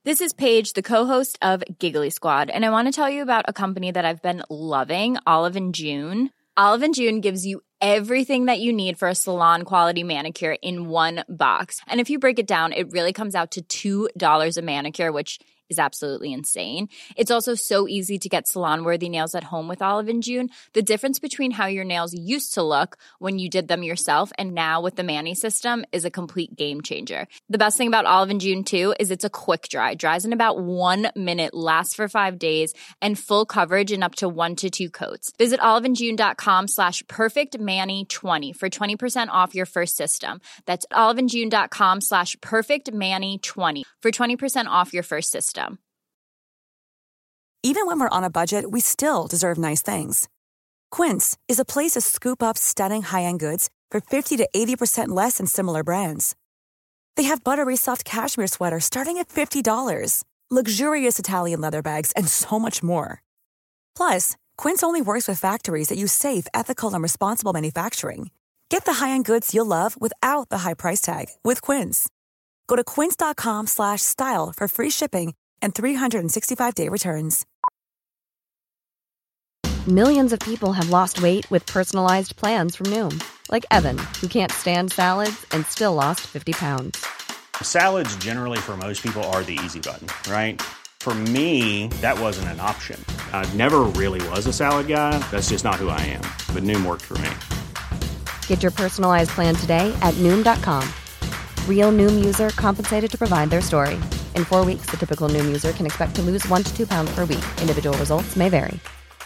This is Paige, the co-host of Giggly Squad, and I want to tell you about a company that I've been loving, Olive & June. Olive & June gives you everything that you need for a salon-quality manicure in one box. And if you break it down, it really comes out to $2 a manicure, which is absolutely insane. It's also so easy to get salon-worthy nails at home with Olive & June. The difference between how your nails used to look when you did them yourself and now with the Mani system is a complete game changer. The best thing about Olive & June, too, is it's a quick dry. Dries in about 1 minute, lasts for 5 days, and full coverage in up to 1 to 2 coats. Visit oliveandjune.com/perfectmani20 for 20% off your first system. That's oliveandjune.com/perfectmani20 for 20% off your first system. Even when we're on a budget, we still deserve nice things. Quince is a place to scoop up stunning high-end goods for 50 to 80% less than similar brands. They have buttery soft cashmere sweaters starting at $50, luxurious Italian leather bags, and so much more. Plus, Quince only works with factories that use safe, ethical, and responsible manufacturing. Get the high-end goods you'll love without the high price tag with Quince. Go to quince.com/style for free shipping and 365-day returns. Millions of people have lost weight with personalized plans from Noom. Like Evan, who can't stand salads and still lost 50 pounds. Salads generally for most people are the easy button, right? For me, that wasn't an option. I never really was a salad guy. That's just not who I am. But Noom worked for me. Get your personalized plan today at Noom.com. Real Noom user compensated to provide their story. In 4 weeks, the typical Noom user can expect to lose 1 to 2 pounds per week. Individual results may vary.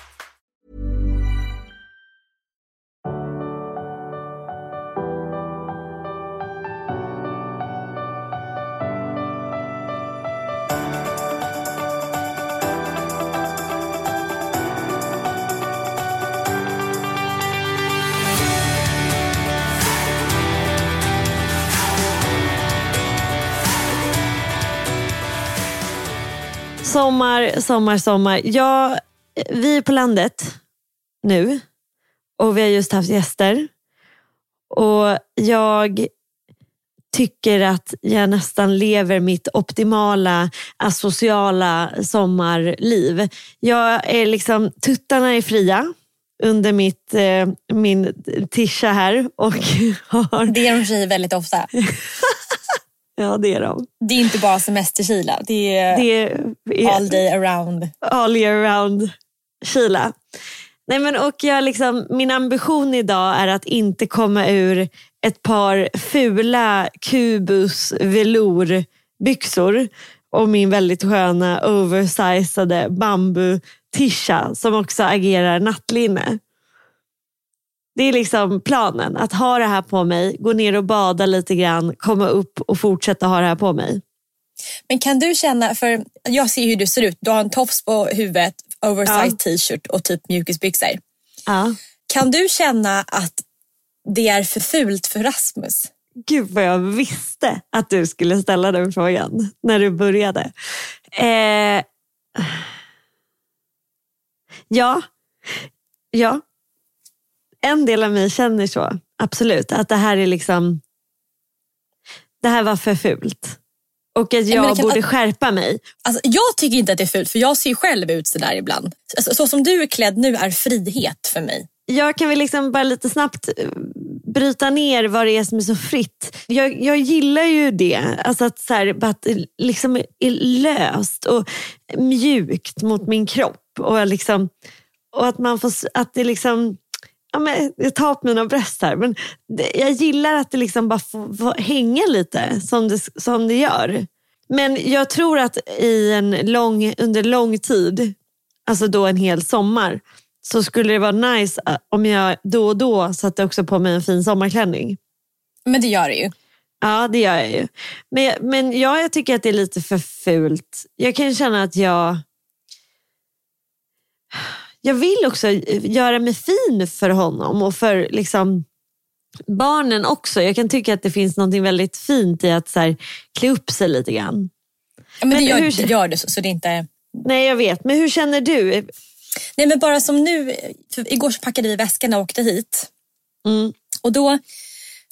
Sommar. Ja, vi är på landet nu och vi har just haft gäster. Och jag tycker att jag nästan lever mitt optimala asociala sommarliv. Jag är liksom, tuttarna är fria under min tisha här och har... Det är de sig väldigt ofta. Ja, det är de. Det är inte bara semesterkila. Det är all day around. All year round kila. Nej, men och jag liksom, min ambition idag är att inte komma ur ett par fula kubus velourbyxor och min väldigt sköna oversizade bambu tisha som också agerar nattlinne. Det är liksom planen, att ha det här på mig, gå ner och bada lite grann, komma upp och fortsätta ha det här på mig. Men kan du känna, för jag ser hur du ser ut, du har en tofs på huvudet, oversized t-shirt och typ mjukisbyxor. Ja. Kan du känna att det är för fult för Rasmus? Gud vad jag visste att du skulle ställa den frågan när du började. Ja. En del av mig känner så, absolut. Att det här är liksom, det här var för fult. Och att jag borde skärpa mig. Alltså, jag tycker inte att det är fult, för jag ser själv ut så där ibland. Alltså, så som du är klädd nu är frihet för mig. Jag kan väl liksom bara lite snabbt bryta ner vad det är som är så fritt. Jag gillar ju det. Alltså att, så här, att det liksom är löst och mjukt mot min kropp. Och att man får, att det liksom... Ja, men jag tar upp mina bröst här. Men jag gillar att det liksom bara får hänga lite som det gör. Men jag tror att under lång tid, alltså då en hel sommar, så skulle det vara nice om jag då och då satte också på mig en fin sommarklänning. Men det gör det ju. Ja, det gör jag ju. Men jag tycker att det är lite för fult. Jag kan känna att jag vill också göra mig fin för honom och för liksom barnen också. Jag kan tycka att det finns något väldigt fint i att så här, klä upp sig lite grann. Ja, men det gör det så det är inte... Nej, jag vet. Men hur känner du? Nej, men bara som nu. För igår så packade vi väskan och åkte hit. Mm. Och då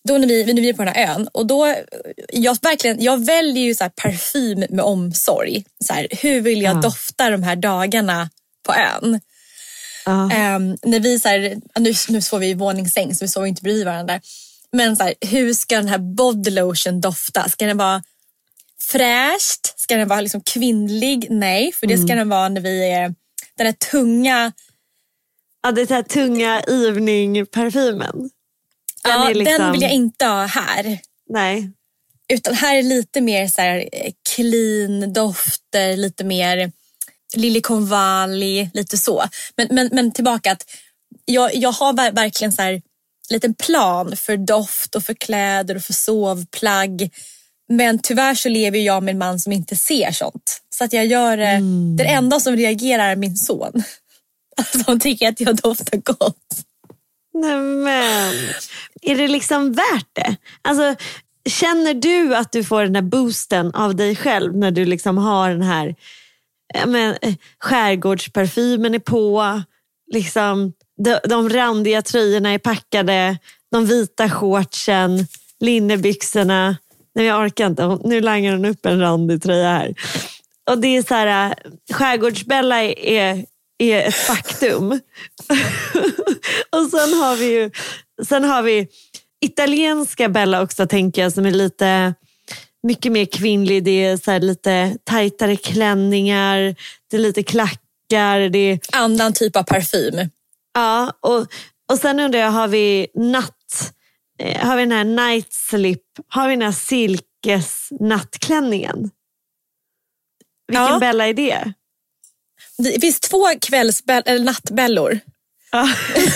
då när vi är på den här ön, och då jag väljer ju så här parfym med omsorg. Så här, hur vill jag dofta de här dagarna på ön? När vi så här, nu sov vi i våningssäng, så vi sov inte bredvid varandra. Men så här, hur ska den här body lotion dofta? Ska den vara fräscht? Ska den vara liksom kvinnlig? Nej, för det ska den vara när vi är den här tunga. Ja, det är här tunga evening-parfymen. Den vill jag inte ha här. Nej. Utan här är lite mer så här clean dofter, lite mer Lily Convalli, lite så. Men tillbaka att jag har verkligen så här liten plan för doft och för kläder och för sovplagg. Men tyvärr så lever jag med en man som inte ser sånt. Så att jag gör det enda som reagerar är min son. Alltså han tycker att jag doftar gott. Nej, men är det liksom värt det? Alltså, känner du att du får den här boosten av dig själv när du liksom har den här skärgårdsparfymen är på, liksom de randiga tröjorna är packade, de vita shortsen, linnebyxorna. Nej, jag orkar inte. Nu langar hon upp en randig tröja här. Och det är så här, skärgårdsbella är ett faktum. Och sen har vi italienska Bella också, tänker jag, som är lite mycket mer kvinnlig. Det är så här lite tajtare klänningar, det är lite klackar, det är annan typ av parfym. Ja, och sen undrar jag, har vi den här night slip, har vi den här silkes nattklänningen? Vilken Bella är det? Det finns 2 nattbällor. Ja.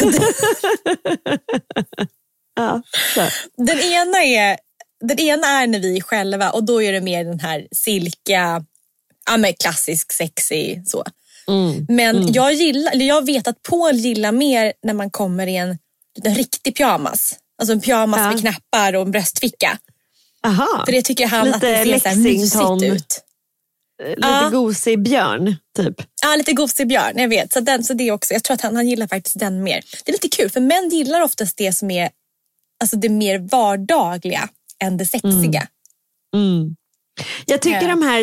Ja, så. Den ena är när vi är själva, och då är det mer den här silka, med klassisk sexy så. Men jag vet att Paul gillar mer när man kommer i en riktig pyjamas. Alltså en pyjamas med knappar och en bröstficka. Aha. För det tycker han lite att det ser så här mysigt ut. Lite gosig björn typ. Ja, lite gosig björn, jag vet. Så det också. Jag tror att han gillar faktiskt den mer. Det är lite kul, för män gillar oftast det som är alltså det mer vardagliga än det sexiga. Jag tycker de här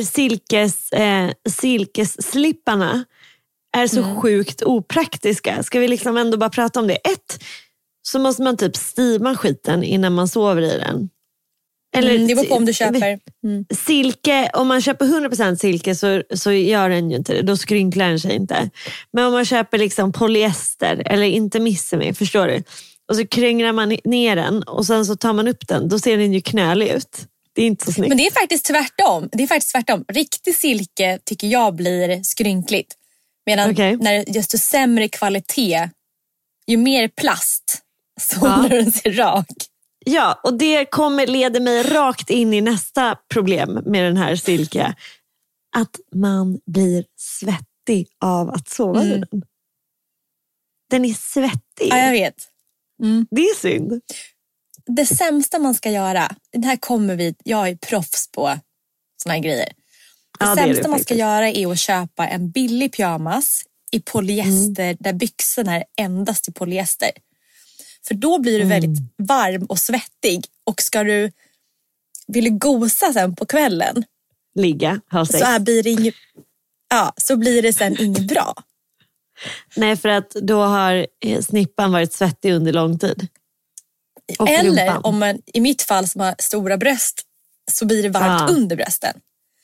silkesslipparna är så sjukt opraktiska. Ska vi liksom ändå bara prata om det? Så måste man typ stima skiten innan man sover i den. Eller det var på om du köper. Silke, om man köper 100% silke så gör den ju inte det. Då skrynklar den sig inte. Men om man köper liksom polyester eller intermissimi, förstår du? Och så krängrar man ner den och sen så tar man upp den. Då ser den ju knölig ut. Det är inte så snyggt. Men det är faktiskt tvärtom. Riktig silke tycker jag blir skrynkligt. Medan när desto sämre kvalitet, ju mer plast, så håller den sig rak. Ja, och det leder mig rakt in i nästa problem med den här silke. Att man blir svettig av att sova i den. Den är svettig. Ja, jag vet. Det är synd. Det sämsta man ska göra, jag är proffs på såna här grejer. Det sämsta man ska göra är att köpa en billig pyjamas i polyester där byxorna är endast i polyester. För då blir du väldigt varm och svettig, och vill du gosa sen på kvällen, ligga, ha sex, så blir det sen inget bra. Nej, för att då har snippan varit svettig under lång tid. Och eller rumpan. om man, i mitt fall som har stora bröst, så blir det varmt under brösten.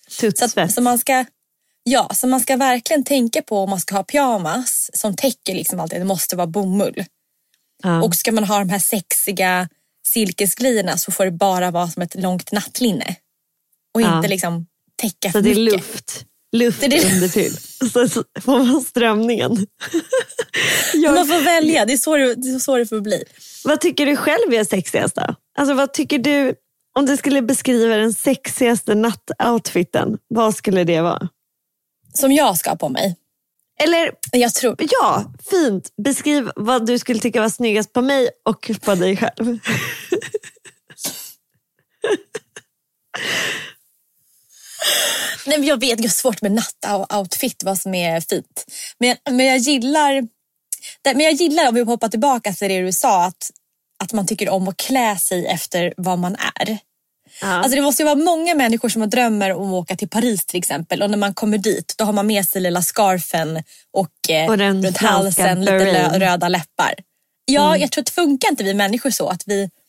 Så man ska verkligen tänka på om man ska ha pyjamas som täcker liksom allt. Det måste vara bomull. Och ska man ha de här sexiga silkesglidorna, så får det bara vara som ett långt nattlinne. Och inte liksom täcka för mycket. Så det är luft under till. Så får man strömningen. Man får välja, det är så det får bli. Vad tycker du själv är sexigast då? Alltså vad tycker du, om du skulle beskriva den sexigaste nattoutfiten, vad skulle det vara? Som jag ska på mig? Eller, jag tror... Ja, fint. Beskriv vad du skulle tycka var snyggast på mig och på dig själv. Nej, men jag vet, det är svårt med nattoutfit, vad som är fint. Men jag gillar, om vi hoppar tillbaka till det du sa, att man tycker om att klä sig efter vad man är. Ja. Alltså det måste ju vara många människor som har drömmar om att åka till Paris till exempel. Och när man kommer dit, då har man med sig lilla scarfen och runt halsen lite röda läppar. Ja, jag tror att det funkar inte vi människor så. Att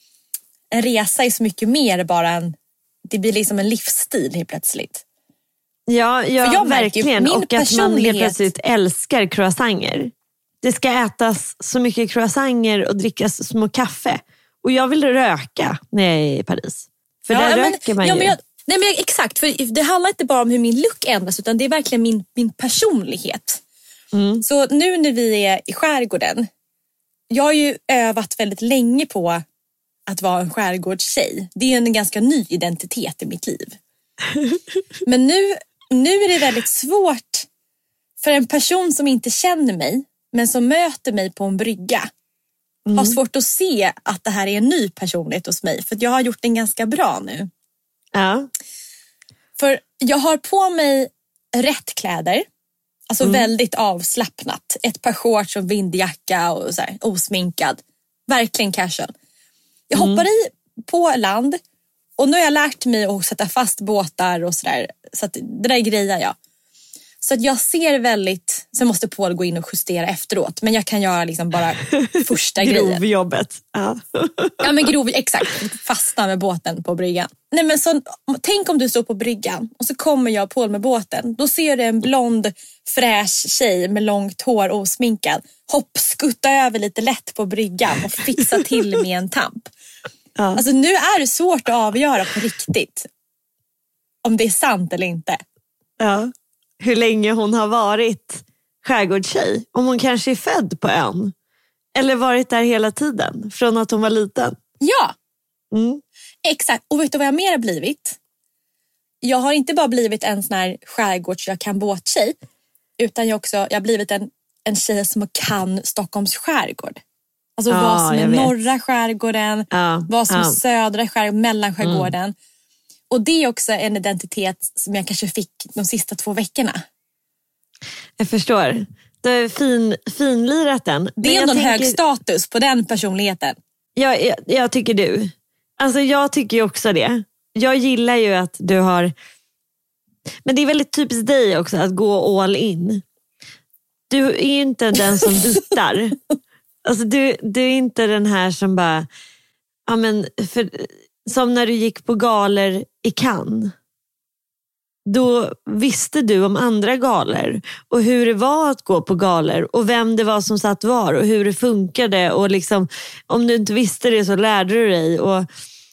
en resa är så mycket mer bara det blir liksom en livsstil helt plötsligt. Ja, jag verkligen. Min och att man helt plötsligt älskar croissanter. Det ska ätas så mycket croissanter och drickas små kaffe. Och jag vill röka när jag är i Paris. För där röker man ju. Exakt, för det handlar inte bara om hur min look ändras, utan det är verkligen min personlighet. Så nu när vi är i skärgården, jag har ju övat väldigt länge på att vara en skärgårdstjej. Det är en ganska ny identitet i mitt liv. Men nu är det väldigt svårt för en person som inte känner mig, men som möter mig på en brygga. Har svårt att se att det här är en ny personlighet hos mig. För jag har gjort den ganska bra nu. Ja. För jag har på mig rätt kläder. Alltså väldigt avslappnat. Ett par shorts och vindjacka och så här, osminkad. Verkligen casual. Jag hoppar i på land. Och nu har jag lärt mig att sätta fast båtar och sådär. Så att det där grejer jag. Så att jag ser väldigt... Sen måste Paul gå in och justera efteråt. Men jag kan göra liksom bara första grejen. Grovjobbet. Ja. Ja, men exakt. Fastna med båten på bryggan. Nej, men så, tänk om du står på bryggan och så kommer jag och Paul med båten. Då ser du en blond, fräsch tjej med långt hår och osminkad. Skutta över lite lätt på bryggan och fixa till med en tamp. Ja. Alltså nu är det svårt att avgöra på riktigt om det är sant eller inte. Ja. Hur länge hon har varit skärgårdstjej. Om hon kanske är född på ön. Eller varit där hela tiden. Från att hon var liten. Ja, exakt. Och vet du vad jag mer har blivit? Jag har inte bara blivit en sån här skärgårds jag kan båttjej. Utan jag har blivit en tjej som kan Stockholms skärgård. Alltså vad som är norra skärgården. Vad som är södra skärgården, mellanskärgården. Och det är också en identitet som jag kanske fick de sista 2 veckorna. Jag förstår. Du har finlirat den. Det är ändå en hög status på den personligheten. Jag tycker du. Alltså jag tycker ju också det. Jag gillar ju att du har... Men det är väldigt typiskt dig också att gå all in. Du är ju inte den som byter. Alltså du är inte den här som bara... Ja, men som när du gick på galer i Cannes. Då visste du om andra galer och hur det var att gå på galer och vem det var som satt var och hur det funkade och liksom, om du inte visste det så lärde du dig och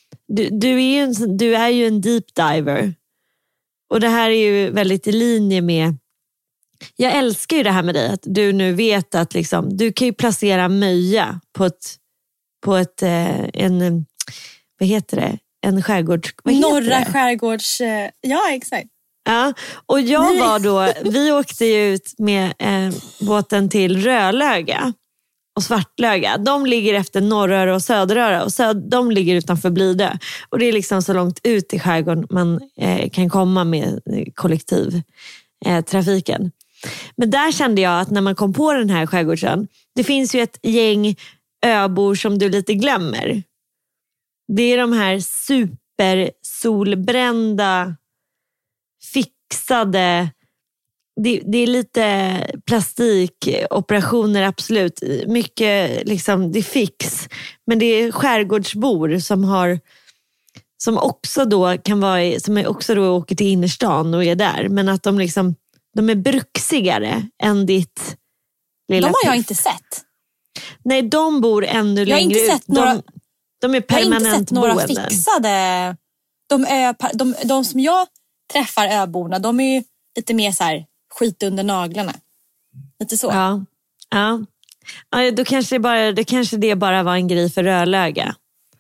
du är ju en deep diver och det här är ju väldigt i linje med, jag älskar ju det här med dig att du nu vet att liksom, du kan ju placera Möja på en vad heter det? En skärgårds... Norra skärgårds... Ja, exakt. Ja, och vi åkte ju ut med båten till Rölöga och Svartlöga. De ligger efter Norröra och Söderöra och de ligger utanför Blidö. Och det är liksom så långt ut i skärgården man kan komma med kollektivtrafiken. Men där kände jag att när man kom på den här skärgården, det finns ju ett gäng öbor som du lite glömmer. Det är de här supersolbrända, fixade, det är lite plastikoperationer absolut. Mycket liksom, det är fix. Men det är skärgårdsbor som också då kan vara, som också då åker till innerstan och är där. Men att de liksom, de är bruksigare än ditt lilla. De har jag inte sett. Nej, de bor ännu längre ut. Jag har inte sett några... De är permanent jag har inte sett några boende. Fixade. De som jag träffar öborna, de är ju lite mer så här skit under naglarna. Lite så. Ja, då kanske det bara var en grej för Rölöga.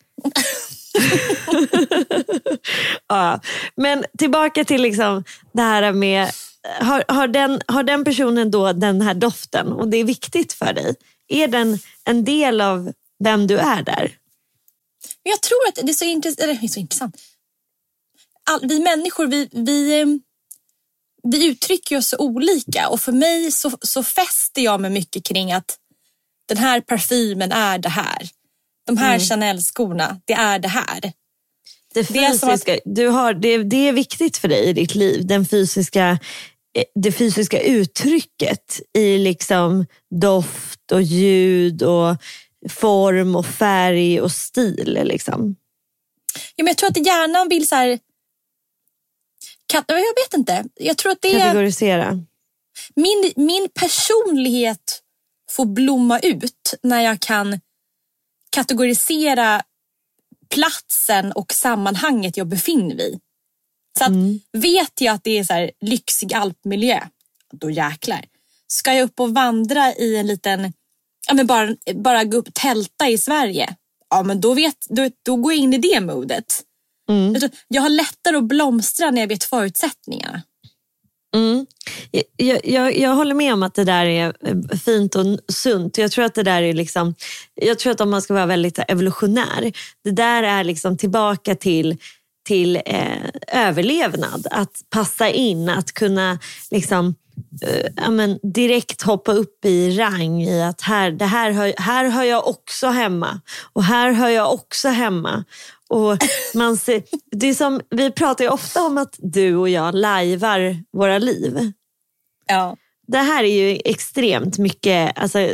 Ja. Men tillbaka till liksom det här med har den personen då den här doften och det är viktigt för dig? Är den en del av vem du är där? Jag tror att det är så intressant. Vi människor, vi uttrycker oss så olika. Och för mig så fäster jag mig mycket kring att den här parfymen är det här. de här Chanel-skorna, det är det här. Det fysiska, det är viktigt för dig i ditt liv. Det fysiska uttrycket i liksom doft och ljud och form och färg och stil liksom. Ja, men jag tror att hjärnan vill så här... Jag vet inte. Jag tror att det är... Kategorisera. Min personlighet får blomma ut när jag kan kategorisera platsen och sammanhanget jag befinner mig i. Så att vet jag att det är så här lyxig alpmiljö, då jäklar. Ska jag upp och vandra i en liten, ja men bara gå upp och tälta i Sverige, ja men då går jag in i det modet. Jag har lättare att blomstra när jag vet förutsättningarna. Jag håller med om att det där är fint och sunt. Jag tror att det där är liksom, jag tror att om man ska vara väldigt evolutionär, det där är liksom tillbaka till överlevnad, att passa in, att kunna liksom direkt hoppa upp i rang i att här hör jag också hemma och här hör jag också hemma. Och man ser, det är som, vi pratar ju ofta om att du och jag lajvar våra liv. Ja. Det här är ju extremt mycket, alltså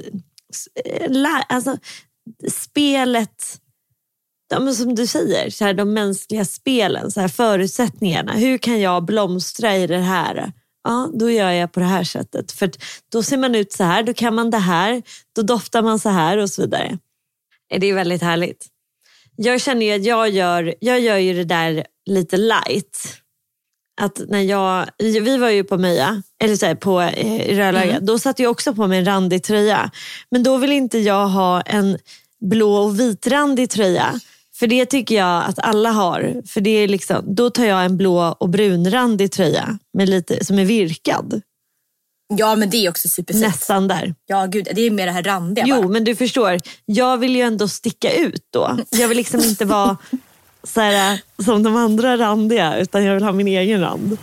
spelet, som du säger, så här, de mänskliga spelen, så här, förutsättningarna. Hur kan jag blomstra i det här? Ja, då gör jag på det här sättet. För då ser man ut så här, då kan man det här, då doftar man så här och så vidare. Det är väldigt härligt. Jag känner ju att jag gör ju det där lite light. Att när vi var ju på Möja, eller så här, på Rödlaga, då satt jag också på mig en randig tröja. Men då vill inte jag ha en blå och vitrandig tröja. För det tycker jag att alla har. För det är liksom, då tar jag en blå och brunrandig tröja med lite, som är virkad. Ja, men det är också superfint. Nästan där. Ja, gud, det är mer det här randiga. Jo, bara. men du förstår. Jag vill ju ändå sticka ut då. Jag vill liksom inte vara så här, som de andra randiga, utan jag vill ha min egen rand.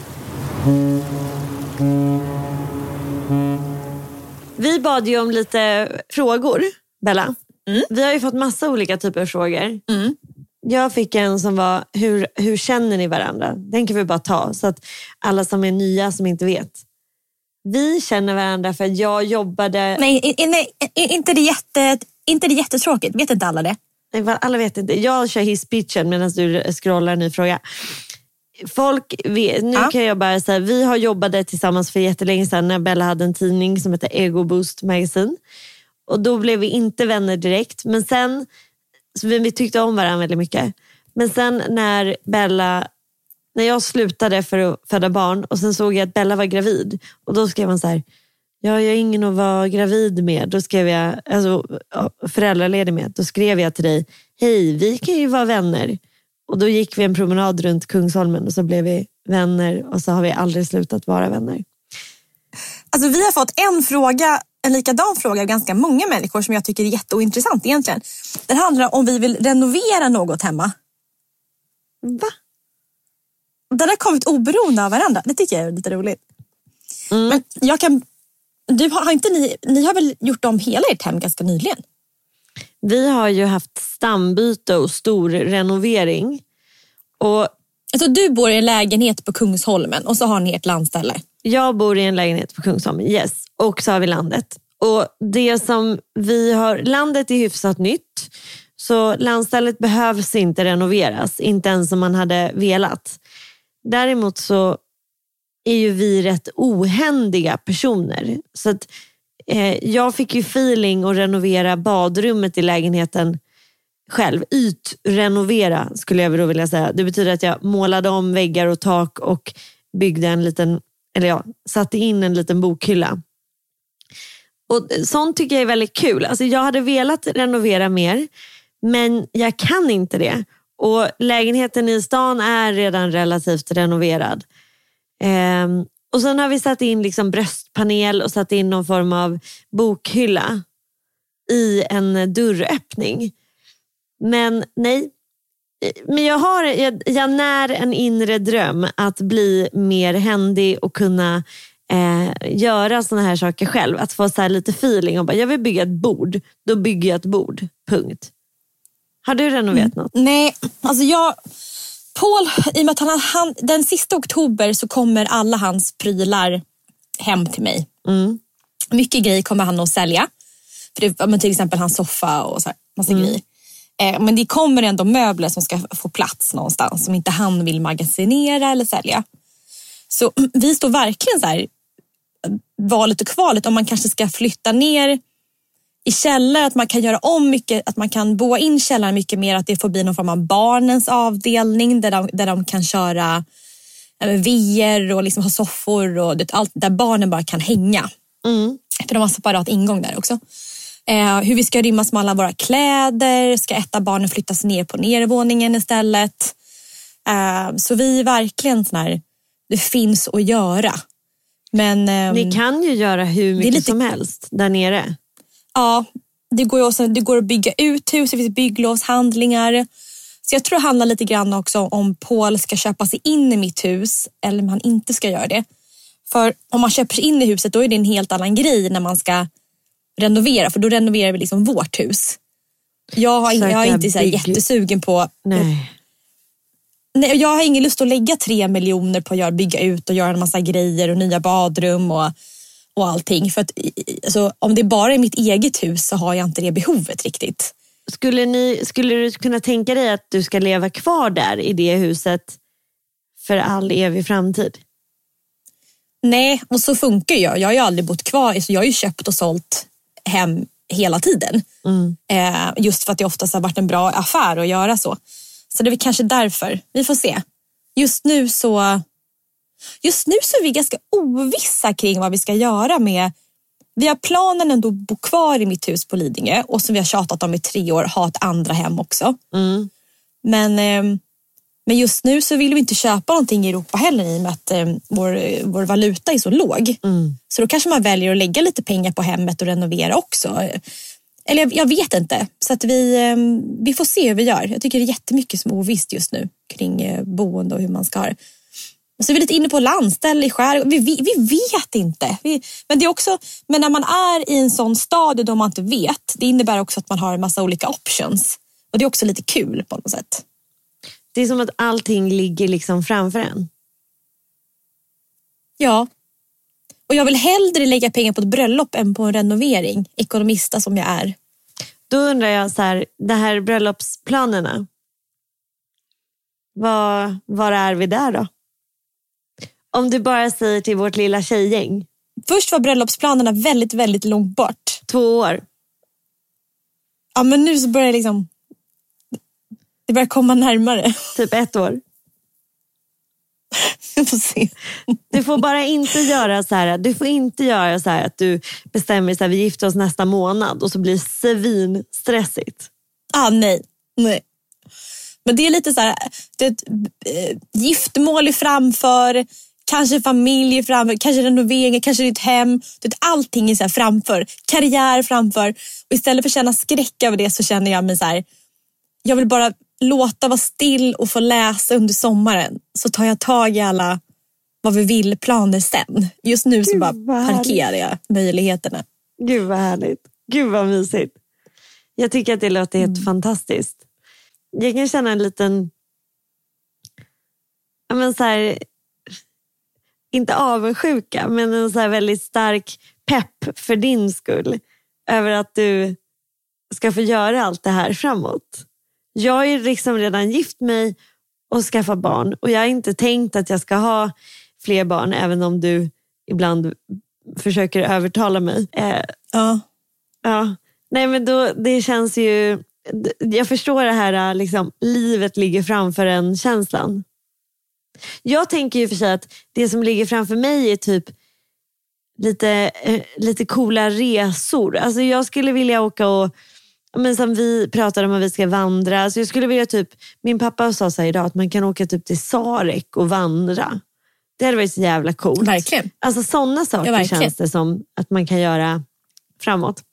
Vi bad ju om lite frågor, Bella. Vi har ju fått massa olika typer av frågor. Jag fick en som var, hur känner ni varandra? Den kan vi bara ta, så att alla som är nya som inte vet. Vi känner varandra för att jag jobbade... Nej, inte det jättetråkigt. Vet inte alla det? Nej, alla vet inte. Jag kör hisspitchen medan du scrollar en ny fråga. Folk vet, nu kan jag bara säga, vi har jobbat tillsammans för jättelänge sedan när Bella hade en tidning som heter Ego Boost Magazine. Och då blev vi inte vänner direkt. Men sen, så vi tyckte om varandra väldigt mycket. Men sen när jag slutade för att föda barn och sen såg jag att Bella var gravid. Och då skrev man så här, jag har ingen att vara gravid med. Då skrev jag, alltså föräldraledig med. Då skrev jag till dig, hej, vi kan ju vara vänner. Och då gick vi en promenad runt Kungsholmen och så blev vi vänner. Och så har vi aldrig slutat vara vänner. Alltså vi har fått en likadan fråga av ganska många människor som jag tycker är jätteintressant egentligen. Den handlar om vi vill renovera något hemma. Va? Den har kommit oberoende av varandra. Det tycker jag är lite roligt. Men ni har väl gjort om hela ert hem ganska nyligen? Vi har ju haft stambyte och stor renovering. Och alltså du bor i en lägenhet på Kungsholmen och så har ni ett landställe. Jag bor i en lägenhet på Kungsholmen, yes. Och så har vi landet. Och det som vi har, landet är hyfsat nytt. Så landstället behövs inte renoveras. Inte ens om man hade velat. Däremot så är ju vi rätt ohändiga personer. Så att jag fick ju feeling att renovera badrummet i lägenheten själv. Ytrenovera skulle jag vilja säga. Det betyder att jag målade om väggar och tak och byggde en liten, satte in en liten bokhylla. Och sånt tycker jag är väldigt kul. Alltså jag hade velat renovera mer, men jag kan inte det. Och lägenheten i stan är redan relativt renoverad. Och sen har vi satt in liksom bröstpanel och satt in någon form av bokhylla i en dörröppning. Men nej. Men jag när en inre dröm att bli mer händig och kunna göra såna här saker själv. Att få så här lite feeling och bara, jag vill bygga ett bord. Då bygger jag ett bord. Punkt. Har du renoverat något? Nej, alltså Paul, i och med att han den sista oktober så kommer alla hans prylar hem till mig. Mycket grejer kommer han att sälja. För det, till exempel hans soffa och så här, massa grejer. Men det kommer ändå möbler som ska få plats någonstans som inte han vill magasinera eller sälja. Så vi står verkligen så här valet och kvalet om man kanske ska flytta ner i källare, att man kan göra om mycket, att man kan boa in källaren mycket mer, att det får bli någon form av barnens avdelning där de kan köra VR och liksom ha soffor och allt där barnen bara kan hänga. För de har separat ingång där också. Hur vi ska rymmas med alla våra kläder, ska ett av barnen flyttas ner på nedervåningen istället. Så vi är verkligen sån här, det finns att göra. Men ni kan ju göra hur mycket som helst där nere. Ja, det går att bygga ut hus, det finns bygglovshandlingar. Så jag tror det handlar lite grann också om Paul ska köpa sig in i mitt hus eller om han inte ska göra det. För om man köper sig in i huset, då är det en helt annan grej när man ska renovera. För då renoverar vi liksom vårt hus. Jag är inte så här jättesugen på... Nej, jag har ingen lust att lägga 3 miljoner på att bygga ut och göra en massa grejer och nya badrum och allting. För att alltså, om det bara är mitt eget hus så har jag inte det behovet riktigt. Skulle du kunna tänka dig att du ska leva kvar där i det huset för all evig framtid? Nej, och så funkar jag. Jag har ju aldrig bott kvar. Så jag har ju köpt och sålt hem hela tiden. Just för att det oftast har varit en bra affär att göra så. Så det är väl kanske därför. Vi får se. Just nu så är vi ganska ovissa kring vad vi ska göra med... Vi har planen ändå att bo kvar i mitt hus på Lidingö. Och som vi har tjatat om i 3 år, ha ett andra hem också. Men just nu så vill vi inte köpa någonting i Europa heller i och med att vår valuta är så låg. Så då kanske man väljer att lägga lite pengar på hemmet och renovera också. Eller jag vet inte. Så att vi får se hur vi gör. Jag tycker det är jättemycket som är ovisst just nu kring boende och hur man ska ha det. Och så är vi lite inne på landställe i skär. Vi vet inte. Men det är också, men när man är i en sån stad då man inte vet, det innebär också att man har en massa olika options. Och det är också lite kul på något sätt. Det är som att allting ligger liksom framför en. Ja. Och jag vill hellre lägga pengar på ett bröllop än på en renovering. Ekonomista som jag är. Då undrar jag så här, det här bröllopsplanerna. Var är vi där då? Om du bara säger till vårt lilla tjejgäng. Först var bröllopsplanerna väldigt, väldigt långt bort. 2 år. Ja, men nu så börjar det börjar komma närmare. Typ 1 år. Vi får se. Du får bara inte göra så här. Du får inte göra så här att du bestämmer så här, vi gifter oss nästa månad och så blir svinstressigt. Nej. Men det är lite så här, giftmål är framför, kanske familj är framför, kanske renoveringar, kanske ditt hem. Allting är så här framför, karriär framför. Och istället för att känna skräck över det så känner jag mig så här, jag vill bara låta vara still och få läsa under sommaren. Så tar jag tag i alla vad vi vill planer sen. Just nu så bara parkerar jag möjligheterna. Gud vad härligt. Gud vad mysigt. Jag tycker att det låter helt fantastiskt. Jag kan känna en liten, men så här, inte avundsjuka, men en så här väldigt stark pepp för din skull. Över att du ska få göra allt det här framåt. Jag har ju liksom redan gift mig och skaffat barn. Och jag har inte tänkt att jag ska ha fler barn, även om du ibland försöker övertala mig. Ja. Nej, men då, det känns ju... Jag förstår det här, liksom, livet ligger framför en känslan. Jag tänker ju för sig att det som ligger framför mig är typ lite coola resor. Alltså jag skulle vilja åka och, men som vi pratade om att vi ska vandra. Så jag skulle vilja typ, min pappa sa så här idag att man kan åka typ till Sarek och vandra. Det hade varit så jävla coolt. Verkligen. Alltså sådana saker känns det som att man kan göra framåt.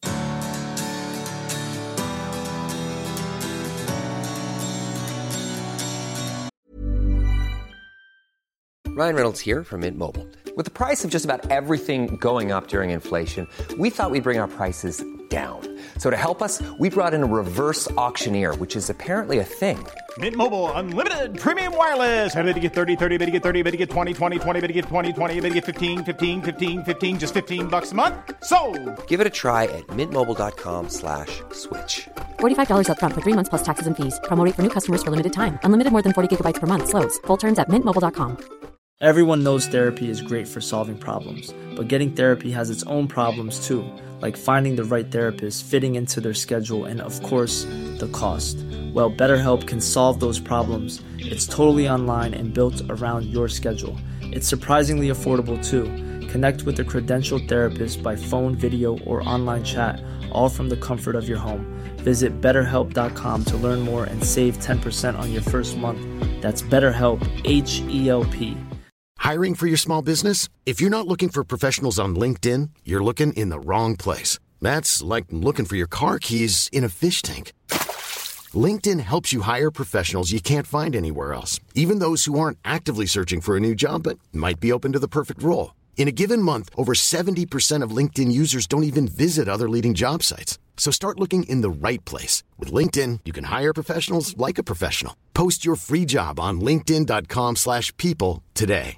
Ryan Reynolds here from Mint Mobile. With the price of just about everything going up during inflation, we thought we'd bring our prices down. So to help us, we brought in a reverse auctioneer, which is apparently a thing. Mint Mobile Unlimited Premium Wireless. How to get 30, 30, bit to get 30, bit to get 20, 20, 20, bit to get 20, 20, bit to get 15, 15, 15, 15, just $15 a month? Sold! Give it a try at mintmobile.com/switch. $45 up front for 3 months plus taxes and fees. Promo rate for new customers for limited time. Unlimited more than 40 gigabytes per month. Slows full terms at mintmobile.com. Everyone knows therapy is great for solving problems, but getting therapy has its own problems too, like finding the right therapist, fitting into their schedule, and of course, the cost. Well, BetterHelp can solve those problems. It's totally online and built around your schedule. It's surprisingly affordable too. Connect with a credentialed therapist by phone, video, or online chat, all from the comfort of your home. Visit BetterHelp.com to learn more and save 10% on your first month. That's BetterHelp, H-E-L-P. Hiring for your small business? If you're not looking for professionals on LinkedIn, you're looking in the wrong place. That's like looking for your car keys in a fish tank. LinkedIn helps you hire professionals you can't find anywhere else, even those who aren't actively searching for a new job but might be open to the perfect role. In a given month, over 70% of LinkedIn users don't even visit other leading job sites. So start looking in the right place. With LinkedIn, you can hire professionals like a professional. Post your free job on linkedin.com/people today.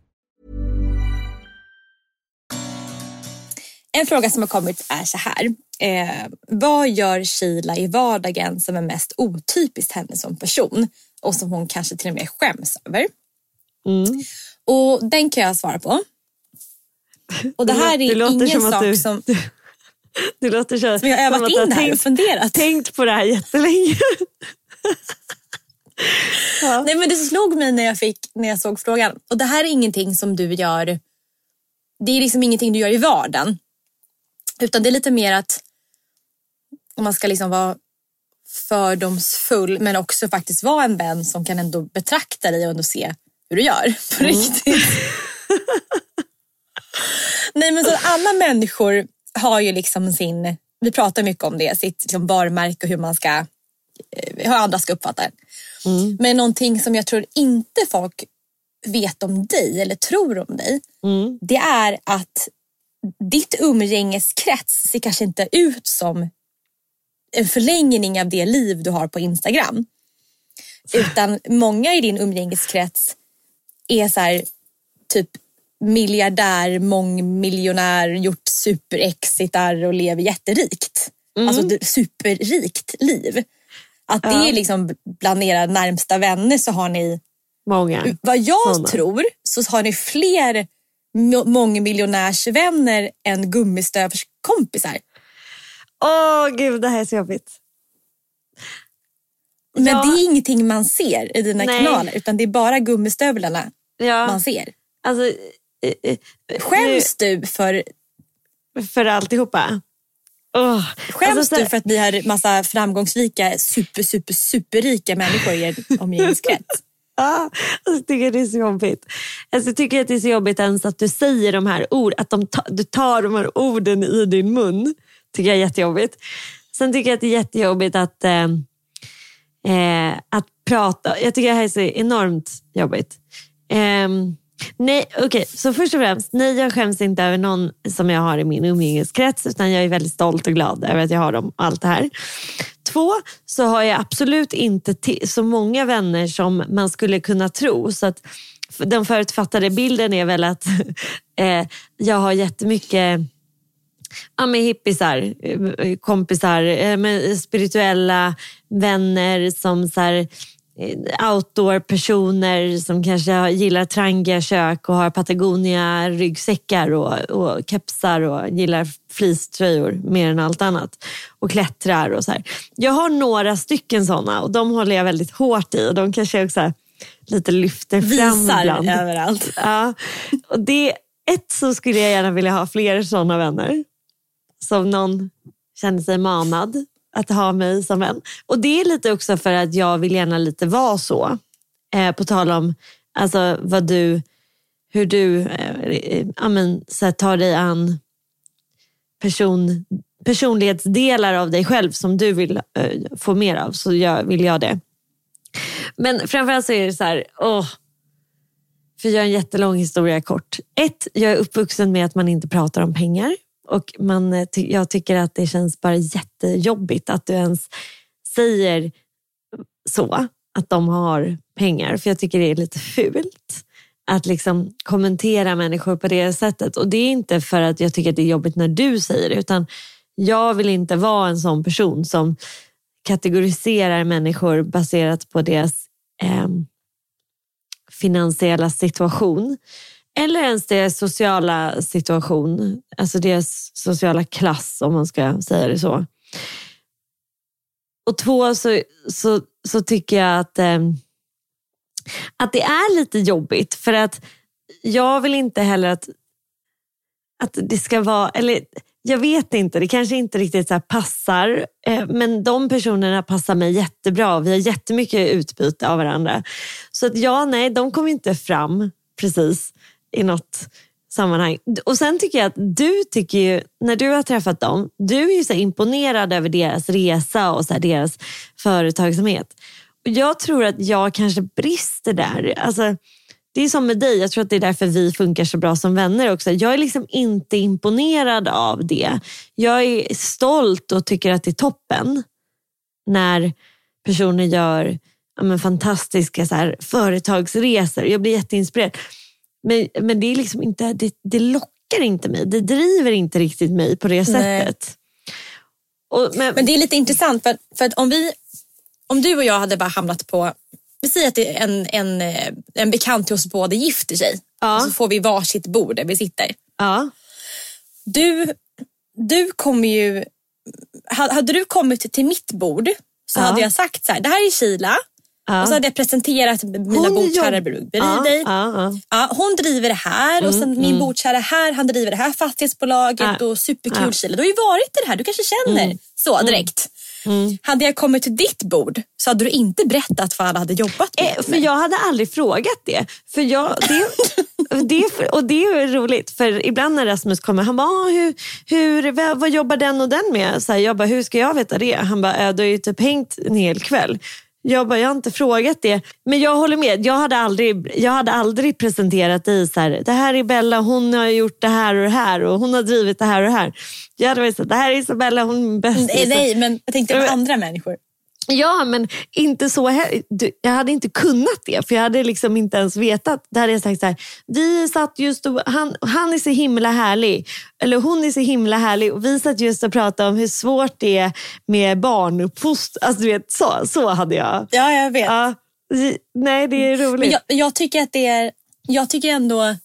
En fråga som har kommit är så här. Vad gör Sheila i vardagen som är mest otypiskt henne som person? Och som hon kanske till och med skäms över. Och den kan jag svara på. Och det här är ingen sak som... Det låter så som jag har övat in här och funderat. Tänkt på det här jättelänge. Ja. Nej, men det slog mig när jag såg frågan. Och det här är ingenting som du gör. Det är liksom ingenting du gör i vardagen. Utan det är lite mer att om man ska liksom vara fördomsfull men också faktiskt vara en vän som kan ändå betrakta dig och ändå se hur du gör på riktigt. Nej, men så alla människor har ju liksom sin, vi pratar mycket om det, sitt liksom varumärke och hur man ska, hur andra ska uppfatta det. Men någonting som jag tror inte folk vet om dig eller tror om dig, det är att ditt umgängeskrets ser kanske inte ut som en förlängning av det liv du har på Instagram. Utan många i din umgängeskrets är så här, typ miljardär, mångmiljonär, gjort superexitar och lever jätterikt. Alltså superrikt liv. Att det är liksom bland era närmsta vänner så har ni många. Vad jag tror så har ni fler mångmiljonärsvänner än gummistövskompisar. Gud, det här är så jobbigt. Men det är ingenting man ser i dina kanaler, utan det är bara gummistövlarna man ser. Alltså, skäms du för alltihopa? Skäms du för att ni har massa framgångsrika, superrika människor i er omgivningskrets? Ja, jag tycker det är så jobbigt. Alltså, jag tycker att det är så jobbigt ens att du säger de här orden, att du tar de här orden i din mun. Tycker jag är jättejobbigt. Sen tycker jag att det är jättejobbigt att prata. Jag tycker det här är så enormt jobbigt. Nej, okej. Så först och främst, nej, jag skäms inte över någon som jag har i min umgängeskrets, utan jag är väldigt stolt och glad över att jag har dem, allt det här. 2, så har jag absolut inte så många vänner som man skulle kunna tro. Så att den förutfattade bilden är väl att jag har jättemycket med hippisar, kompisar, med spirituella vänner som så här, outdoor-personer som kanske gillar trangiga kök och har Patagonia-ryggsäckar och kepsar och gillar fleecetröjor mer än allt annat och klättrar och så här. Jag har några stycken sådana och de håller jag väldigt hårt i och de kanske också lite lyfter fram ibland. Visar överallt. Ja, och så skulle jag gärna vilja ha fler sådana vänner som någon känner sig manad att ha mig som vän. Och det är lite också för att jag vill gärna lite vara så. På tal om alltså, hur du så här, tar dig an personlighetsdelar av dig själv som du vill få mer av, så vill jag det. Men framförallt så är det så här, för jag är en jättelång historia kort. 1, jag är uppvuxen med att man inte pratar om pengar. Och jag tycker att det känns bara jättejobbigt att du ens säger så, att de har pengar. För jag tycker det är lite fult att liksom kommentera människor på det sättet. Och det är inte för att jag tycker att det är jobbigt när du säger det, utan jag vill inte vara en sån person som kategoriserar människor baserat på deras finansiella situation. Eller ens deras sociala situation. Alltså deras sociala klass, om man ska säga det så. Och 2, så tycker jag att det är lite jobbigt. För att jag vill inte heller att det ska vara... Eller jag vet inte, det kanske inte riktigt så här passar. Men de personerna passar mig jättebra. Vi har jättemycket utbyte av varandra. Så att de kommer inte fram precis i något sammanhang. Och sen tycker jag att du tycker ju, när du har träffat dem, du är ju så imponerad över deras resa och så här deras företagsamhet. Och jag tror att jag kanske brister där. Alltså, det är som med dig, jag tror att det är därför vi funkar så bra som vänner också. Jag är liksom inte imponerad av det. Jag är stolt och tycker att det är toppen när personer gör fantastiska så här företagsresor. Jag blir jätteinspirerad. Men det är liksom inte, det lockar inte mig. Det driver inte riktigt mig på det sättet. Men det är lite intressant för att om du och jag hade bara hamnat på, vi säger att det är en bekant till oss båda gifter sig. Ja. Och så får vi varsitt bord där vi sitter. Ja. Du kommer ju, hade du kommit till mitt bord så hade jag sagt så här: det här är Sheila. Ja. Och så hade jag presenterat mina bordsherrar bredvid dig. Ja, hon driver det här och sen min bordsherre här, han driver det här fastighetsbolaget och superkul Sheila. Du har ju varit i det här, du kanske känner så direkt. Hade jag kommit till ditt bord så hade du inte berättat vad alla hade jobbat med. För jag hade aldrig frågat det. Och det är roligt. För ibland när Rasmus kommer, han bara, vad jobbar den och den med? Så här, jag bara, hur ska jag veta det? Han bara, du har ju typ hängt en hel kväll. Jag har inte frågat det. Men jag håller med. Jag hade aldrig presenterat dig så här: det här är Bella, hon har gjort det här och det här. Och hon har drivit det här och det här. Jag hade sagt, det här är Isabella, hon är bäst. Nej, men jag tänkte på andra människor. Ja, men inte så. Jag hade inte kunnat det. För jag hade liksom inte ens vetat. Där hade jag sagt så här: vi satt just och, han är så himla härlig. Eller hon är så himla härlig. Och vi satt just och pratade om hur svårt det är med barnuppfost. Alltså du vet, så hade jag. Ja, jag vet. Ja, nej, det är roligt. Men jag tycker att det är... Jag tycker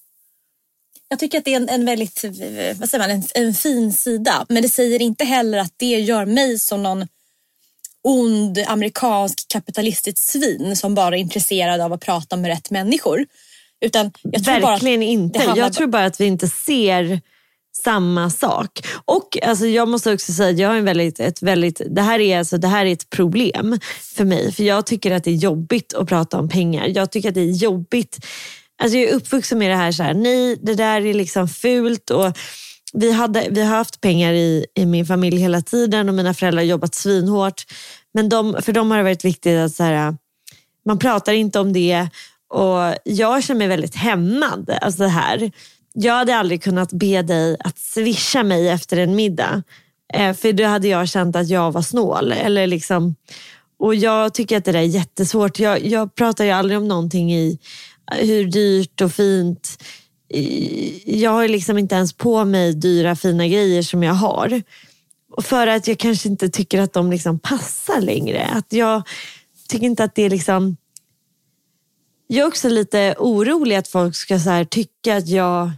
att det är en väldigt... Vad säger man? En fin sida. Men det säger inte heller att det gör mig som någon ond amerikansk kapitalistisk svin som bara är intresserad av att prata med rätt människor. Utan jag tror verkligen inte. Jag tror bara att vi inte ser samma sak. Och alltså, jag måste också säga att jag har det här är ett problem för mig. För jag tycker att det är jobbigt att prata om pengar. Jag tycker att det är jobbigt. Alltså jag är uppvuxen med det här så här: nej, det där är liksom fult. Och vi har haft pengar i min familj hela tiden och mina föräldrar har jobbat svinhårt. Men för dem har det varit viktigt att så här, man pratar inte om det. Och jag känner mig väldigt hämmad. Alltså det här. Jag hade aldrig kunnat be dig att swisha mig efter en middag. För då hade jag känt att jag var snål. Eller liksom, och jag tycker att det där är jättesvårt. Jag pratar ju aldrig om någonting i hur dyrt och fint. Jag har liksom inte ens på mig dyra fina grejer som jag har. Och för att jag kanske inte tycker att de liksom passar längre. Att jag tycker inte att det är liksom... Jag är också lite orolig att folk ska så här tycka att jag...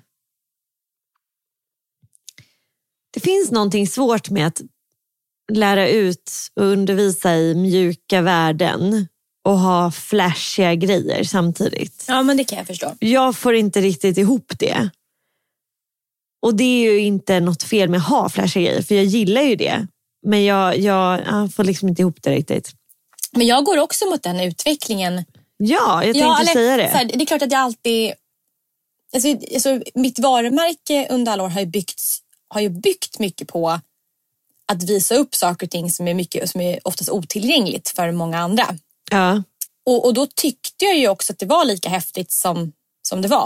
Det finns någonting svårt med att lära ut och undervisa i mjuka värden och ha flashiga grejer samtidigt. Ja, men det kan jag förstå. Jag får inte riktigt ihop det. Och det är ju inte något fel med att ha flashiga grejer, för jag gillar ju det. Men jag får liksom inte ihop det riktigt. Men jag går också mot den utvecklingen. Ja, jag tänkte säga det. Här, det är klart att jag alltid... Alltså, mitt varumärke under alla år har ju byggt mycket på att visa upp saker och ting som är oftast otillgängligt för många andra. Ja. Och då tyckte jag ju också att det var lika häftigt som det var.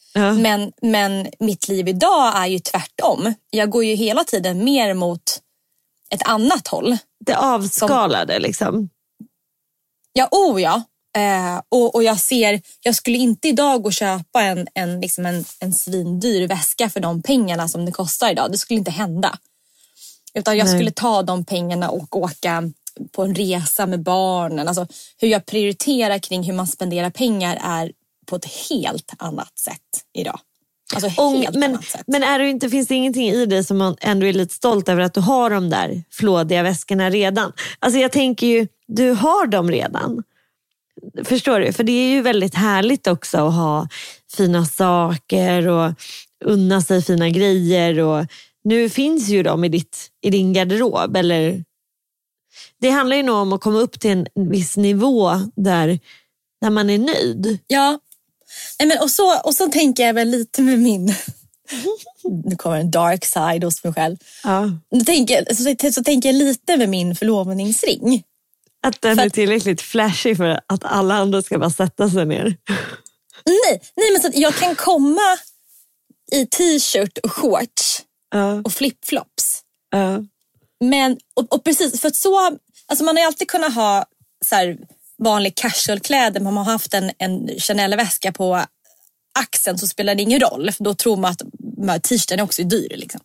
Men mitt liv idag är ju tvärtom. Jag går ju hela tiden mer mot ett annat håll. Det avskalade liksom. Ja, ja. Och jag skulle inte idag gå och köpa en svindyr väska för de pengarna som det kostar idag. Det skulle inte hända. Utan jag skulle ta de pengarna och åka på en resa med barnen. Alltså hur jag prioriterar kring hur man spenderar pengar är på ett helt annat sätt idag. Alltså annat sätt. Men finns det ingenting i dig som man ändå är lite stolt över att du har de där flådiga väskorna redan? Alltså jag tänker ju, du har dem redan. Förstår du? För det är ju väldigt härligt också att ha fina saker och unna sig fina grejer. Och nu finns ju de i din garderob. Eller... Det handlar ju nog om att komma upp till en viss nivå där man är nöjd. Ja, men och så tänker jag väl lite med min... Nu kommer en dark side hos mig själv. Ja. Så tänker jag lite med min förlovningsring. Att den är tillräckligt flashig för att alla andra ska bara sätta sig ner. Nej, men så att jag kan komma i t-shirt och shorts och flipflops. Men, och precis, för att så... Alltså man har ju alltid kunnat ha så här vanlig casual-kläder. Man har haft en Chanel-väska på axeln så spelar det ingen roll. För då tror man att t-shirten också är dyr liksom.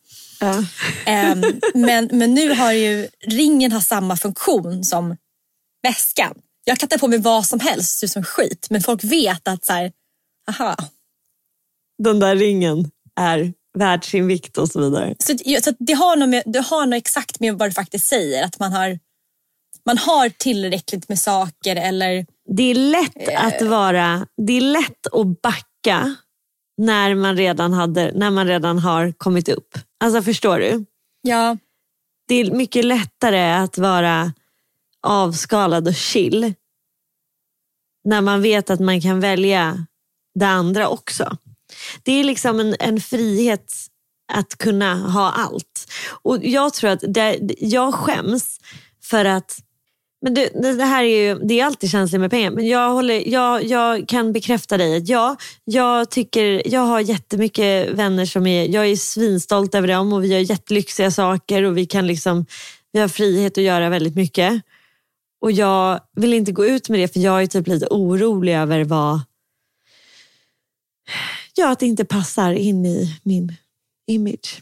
Men nu har ju ringen har samma funktion som väskan. Jag kan ta på mig vad som helst, ser ut som skit. Men folk vet att så här, aha. Den där ringen är värd sin vikt och så vidare. Så det har nog exakt med vad du faktiskt säger. Att man har tillräckligt med saker eller... Det är lätt att backa när man redan har kommit upp. Alltså förstår du? Ja. Det är mycket lättare att vara avskalad och chill när man vet att man kan välja det andra också. Det är liksom en frihet att kunna ha allt. Och jag tror att jag skäms för att men det här är ju, det är alltid känsligt med pengar, men jag kan bekräfta dig att jag har jättemycket vänner som jag är svinstolt över dem och vi gör jättelyxiga saker och vi har frihet att göra väldigt mycket. Och jag vill inte gå ut med det för jag är typ lite orolig över att det inte passar in i min image.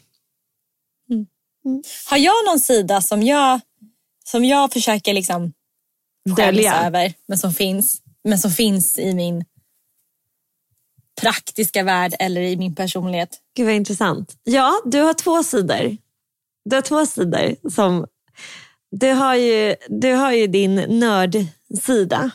Har jag någon sida som jag försöker liksom dölja över, men som finns i min praktiska värld eller i min personlighet? Gud vad intressant. Ja, du har två sidor. Som du har ju din nördsida.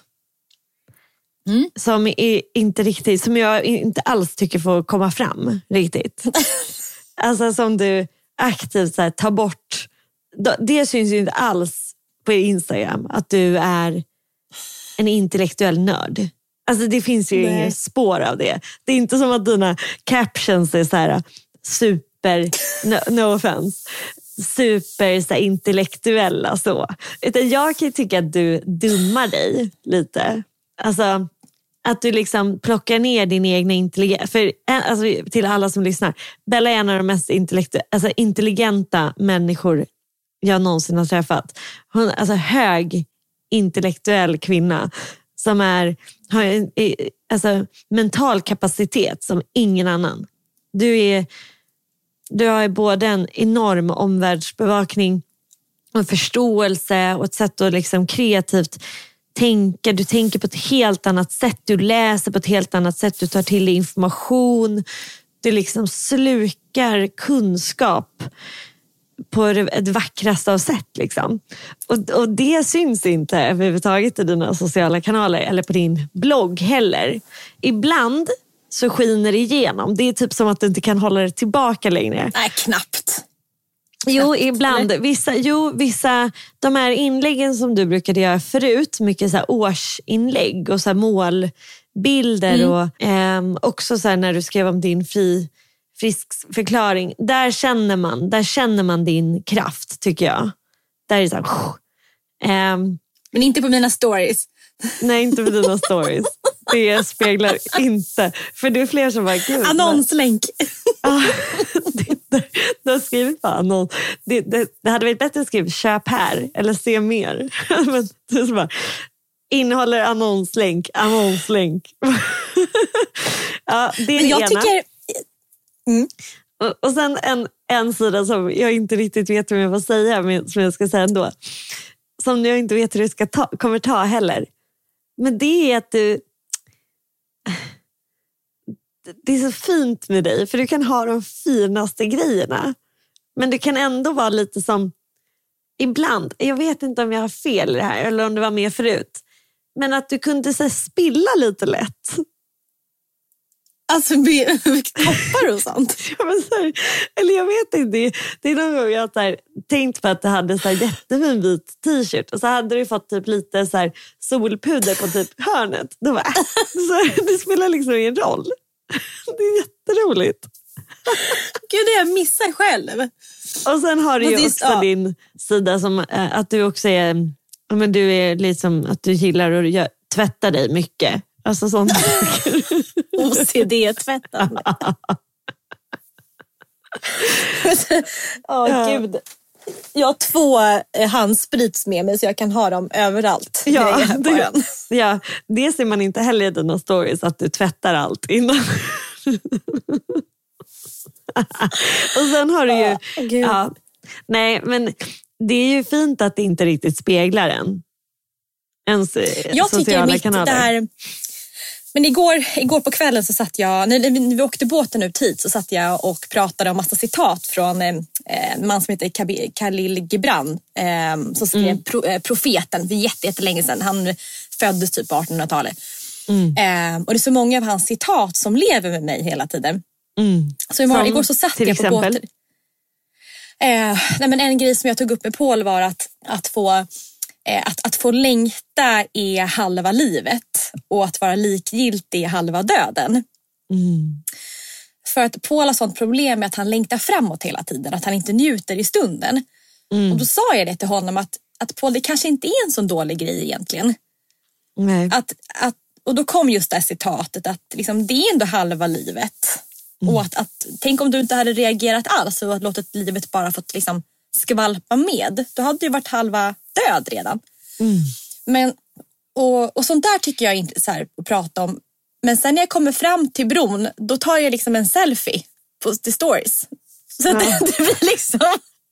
Som är inte riktigt, som jag inte alls tycker får komma fram riktigt. Alltså som du aktivt så här, tar bort. Det syns ju inte alls på Instagram att du är en intellektuell nörd. Alltså det finns ju inget spår av det. Det är inte som att dina captions är så här super, no offense, super så här, intellektuella så. Utan jag kan tycka att du dummar dig lite. Alltså att du liksom plockar ner din egna intelligens. För alltså, till alla som lyssnar, Bella är en av de mest intelligenta människor jag någonsin har träffat. Hon alltså hög intellektuell kvinna som har alltså mental kapacitet som ingen annan. Du har både en enorm omvärldsbevakning och en förståelse och ett sätt att liksom kreativt tänka. Du tänker på ett helt annat sätt. Du läser på ett helt annat sätt. Du tar till dig information. Du liksom slukar kunskap på ett vackraste av sätt. Liksom. Och det syns inte överhuvudtaget i dina sociala kanaler eller på din blogg heller. Ibland så skiner det igenom. Det är typ som att du inte kan hålla det tillbaka längre. Nej, knappt. Jo, ibland. Vissa, de här inläggen som du brukade göra förut, mycket så här årsinlägg och så här målbilder och också så här när du skrev om din frisk förklaring. Där känner man din kraft, tycker jag. Där är det så här, men inte på mina stories. Nej, inte på dina stories. det speglar inte. För det är fler som bara, gud. Annonslänk. Du har skrivit på annons. Det hade varit bättre att skriva köp här eller se mer. Men det är så bara, innehåller annonslänk. Ja, det är men jag tycker... Och sen en sida som jag inte riktigt vet vad jag får säga, men som jag ska säga ändå. Som jag inte vet hur du kommer ta heller. Men det är att du... Det är så fint med dig, för du kan ha de finaste grejerna. Men du kan ändå vara lite som... Ibland, jag vet inte om jag har fel i det här, eller om det var med förut. Men att du kunde så här, spilla lite lätt. Alltså koppar och sånt. Ja, men så här, eller jag vet inte. Det är någon gång jag har tänkt på att du hade så här jättefin vit t-shirt. Och så hade du fått typ lite så här solpuder på typ hörnet. Då bara, så det spelar liksom ingen roll. Det är jätteroligt. Gud, det jag missar själv. Och sen har du ju också din sida som att du också är... Men du är liksom att du gillar att tvätta dig mycket. Alltså sånt. OCD-tvättande. Gud. Jag har 2 handsprits med mig så jag kan ha dem överallt. Ja, det ser man inte heller i dina stories att du tvättar allt innan. Och sen har du ju... nej, men det är ju fint att det inte riktigt speglar en. Jag tycker det här... Men igår på kvällen så satt jag, när vi åkte båten ut hit så satt jag och pratade om massa citat från en man som heter Khalil Gibran som skrev Profeten för jättelänge sedan. Han föddes typ på 1800-talet. Och det är så många av hans citat som lever med mig hela tiden. Så igår så satt jag på båten. Nej, men en grej som jag tog upp med Paul var att få längta är halva livet och att vara likgiltig är halva döden. För att Paul har sånt problem med att han längtar framåt hela tiden, att han inte njuter i stunden. Och då sa jag det till honom att Paul, det kanske inte är en sån dålig grej egentligen. Nej. Och då kom just det här citatet att liksom, det är ändå halva livet. Och att tänk om du inte hade reagerat alls och låtit livet bara fått liksom skvalpa med. Då hade det varit halva död redan. Men, och sånt där tycker jag inte så här att prata om. Men sen när jag kommer fram till bron, då tar jag liksom en selfie på the stories. Så att det blir liksom...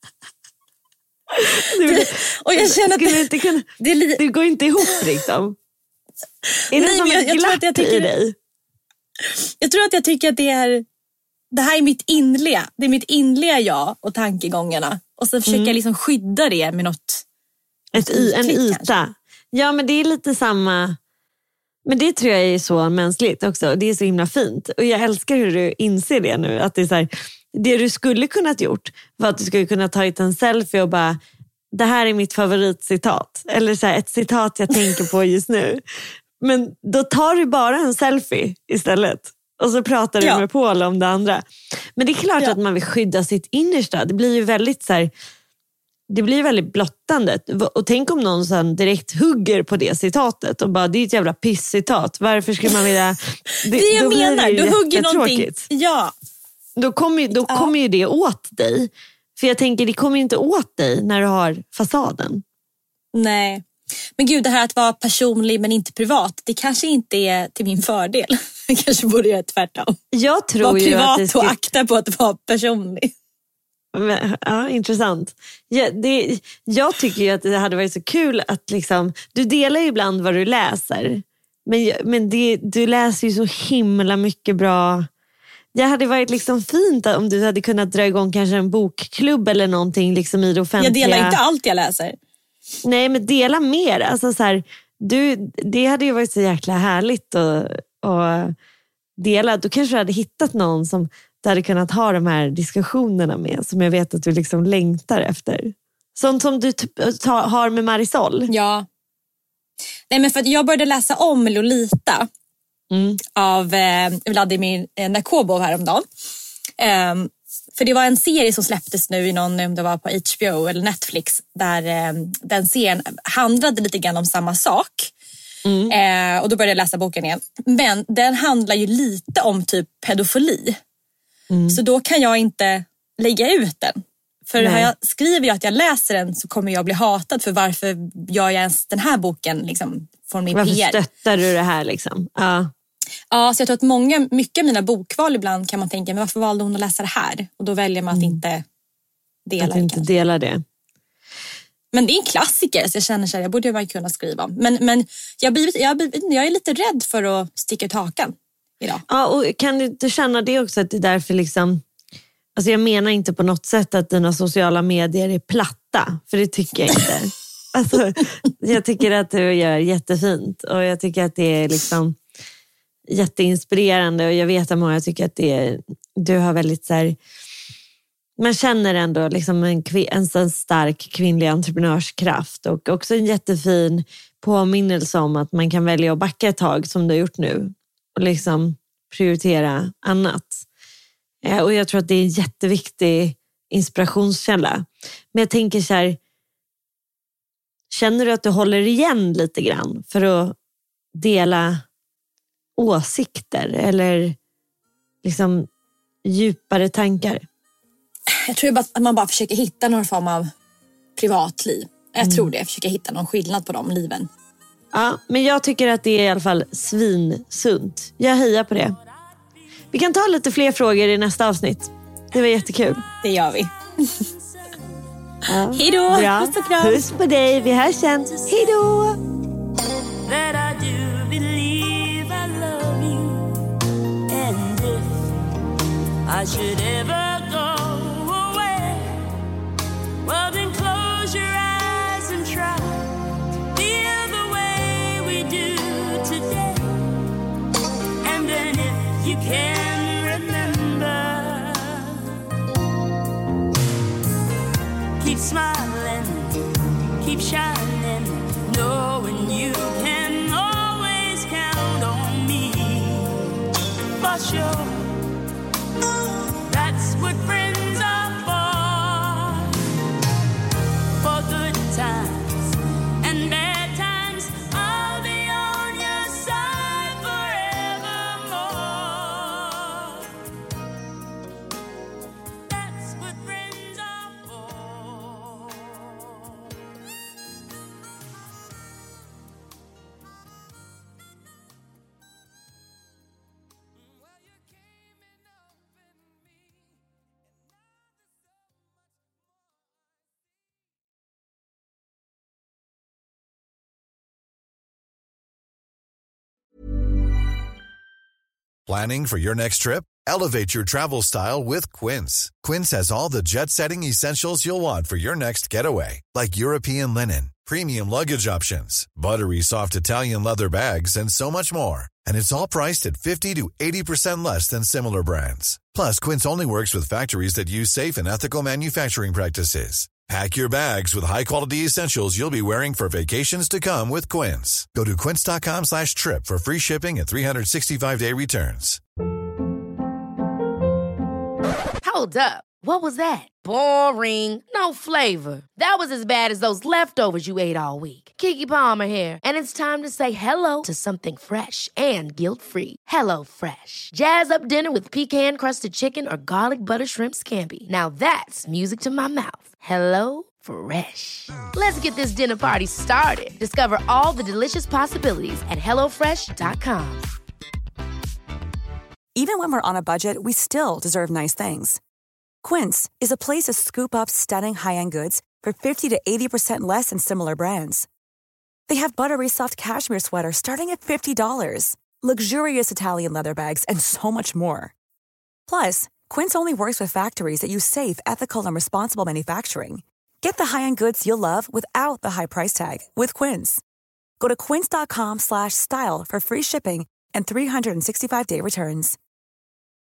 och jag känner att det går inte ihop liksom. Är det som ett glapp i dig? Jag tror att jag tycker att det här är mitt inliga. Det är mitt inliga jag och tankegångarna. Och så försöker jag liksom skydda det med något... En yta. Kanske. Ja, men det är lite samma... Men det tror jag är så mänskligt också. Det är så himla fint. Och jag älskar hur du inser det nu. Att det är så här, det du skulle kunnat gjort var att du skulle kunna ta en selfie och bara... Det här är mitt favoritcitat. Eller så här, ett citat jag tänker på just nu. Men då tar du bara en selfie istället. Och så pratar du med Paul om det andra. Men det är klart att man vill skydda sitt innersta. Det blir ju väldigt så här... Det blir väldigt blottande. Och tänk om någon sån direkt hugger på det citatet och bara, det är ett jävla piss-citat. Varför skulle man vilja... Det jag menar, du hugger någonting. Ja. Då kommer ju det åt dig. För jag tänker, det kommer ju inte åt dig när du har fasaden. Nej. Men gud, det här att vara personlig men inte privat, det kanske inte är till min fördel. Jag kanske borde göra tvärtom. Jag tror var ju privat att och akta på att vara personlig. Ja, intressant. Jag tycker ju att det hade varit så kul att liksom, du delar ju ibland vad du läser. Men du läser ju så himla mycket bra. Det hade varit liksom fint om du hade kunnat dra igång kanske en bokklubb eller någonting liksom i det offentliga. Jag delar inte allt jag läser. Nej, men dela mer. Alltså så här, det hade ju varit så jäkla härligt att dela. Då kanske du hade hittat någon som du hade kunnat ha de här diskussionerna med, som jag vet att du liksom längtar efter. Sånt som du har med Marisol. Ja. Nej, men för att jag började läsa om Lolita av Vladimir Nabokov häromdagen. För det var en serie som släpptes nu i någon, det var på HBO eller Netflix, där den serien handlade lite grann om samma sak. Och då började jag läsa boken igen. Men den handlar ju lite om typ pedofili. Så då kan jag inte lägga ut den. För jag skriver jag att jag läser den så kommer jag bli hatad för varför gör jag ens den här boken liksom, från min varför PR. Varför stöttar du det här liksom? Ja, så jag tror att mycket av mina bokval ibland kan man tänka, men varför valde hon att läsa det här? Och då väljer man att inte dela det. Men det är en klassiker, så jag känner att jag borde ju kunna skriva. Men jag är lite rädd för att sticka ut hakan idag. Ja, och kan du inte känna det också att det är därför liksom... Alltså jag menar inte på något sätt att dina sociala medier är platta, för det tycker jag inte. Alltså, jag tycker att du gör jättefint och jag tycker att det är liksom jätteinspirerande och jag vet att många tycker att du har väldigt så här, man känner ändå liksom en stark kvinnlig entreprenörskraft och också en jättefin påminnelse om att man kan välja att backa ett tag som du har gjort nu och liksom prioritera annat. Och jag tror att det är en jätteviktig inspirationskälla. Men jag tänker så här, känner du att du håller igen lite grann för att dela åsikter eller liksom djupare tankar? Jag tror att man bara försöker hitta någon form av privatliv. Jag tror det, jag försöker hitta någon skillnad på de liven. Ja, men jag tycker att det är i alla fall svinsunt. Jag hejar på det. Vi kan ta lite fler frågor i nästa avsnitt. Det var jättekul. Det gör vi. Ja, hej då. Bra. Puss och kram. Puss på dig. Vi hörs sen. Hej då. I should ever go away, well then close your eyes and try feel the way we do today. And then if you can remember, keep smiling, keep shining, knowing you can always count on me for sure. That's what friends are for good times and bad times. I'll be on your side forevermore. That's what friends are for. Planning for your next trip? Elevate your travel style with Quince. Quince has all the jet-setting essentials you'll want for your next getaway, like European linen, premium luggage options, buttery soft Italian leather bags, and so much more. And it's all priced at 50 to 80% less than similar brands. Plus, Quince only works with factories that use safe and ethical manufacturing practices. Pack your bags with high-quality essentials you'll be wearing for vacations to come with Quince. Go to quince.com/trip for free shipping and 365-day returns. Hold up. What was that? Boring. No flavor. That was as bad as those leftovers you ate all week. Keke Palmer here, and it's time to say hello to something fresh and guilt-free. Hello Fresh. Jazz up dinner with pecan-crusted chicken or garlic butter shrimp scampi. Now that's music to my mouth. Hello Fresh. Let's get this dinner party started. Discover all the delicious possibilities at hellofresh.com. Even when we're on a budget, we still deserve nice things. Quince is a place to scoop up stunning high-end goods for 50 to 80% less than similar brands. They have buttery soft cashmere sweaters starting at $50, luxurious Italian leather bags, and so much more. Plus, Quince only works with factories that use safe, ethical, and responsible manufacturing. Get the high-end goods you'll love without the high price tag with Quince. Go to quince.com/style for free shipping and 365-day returns.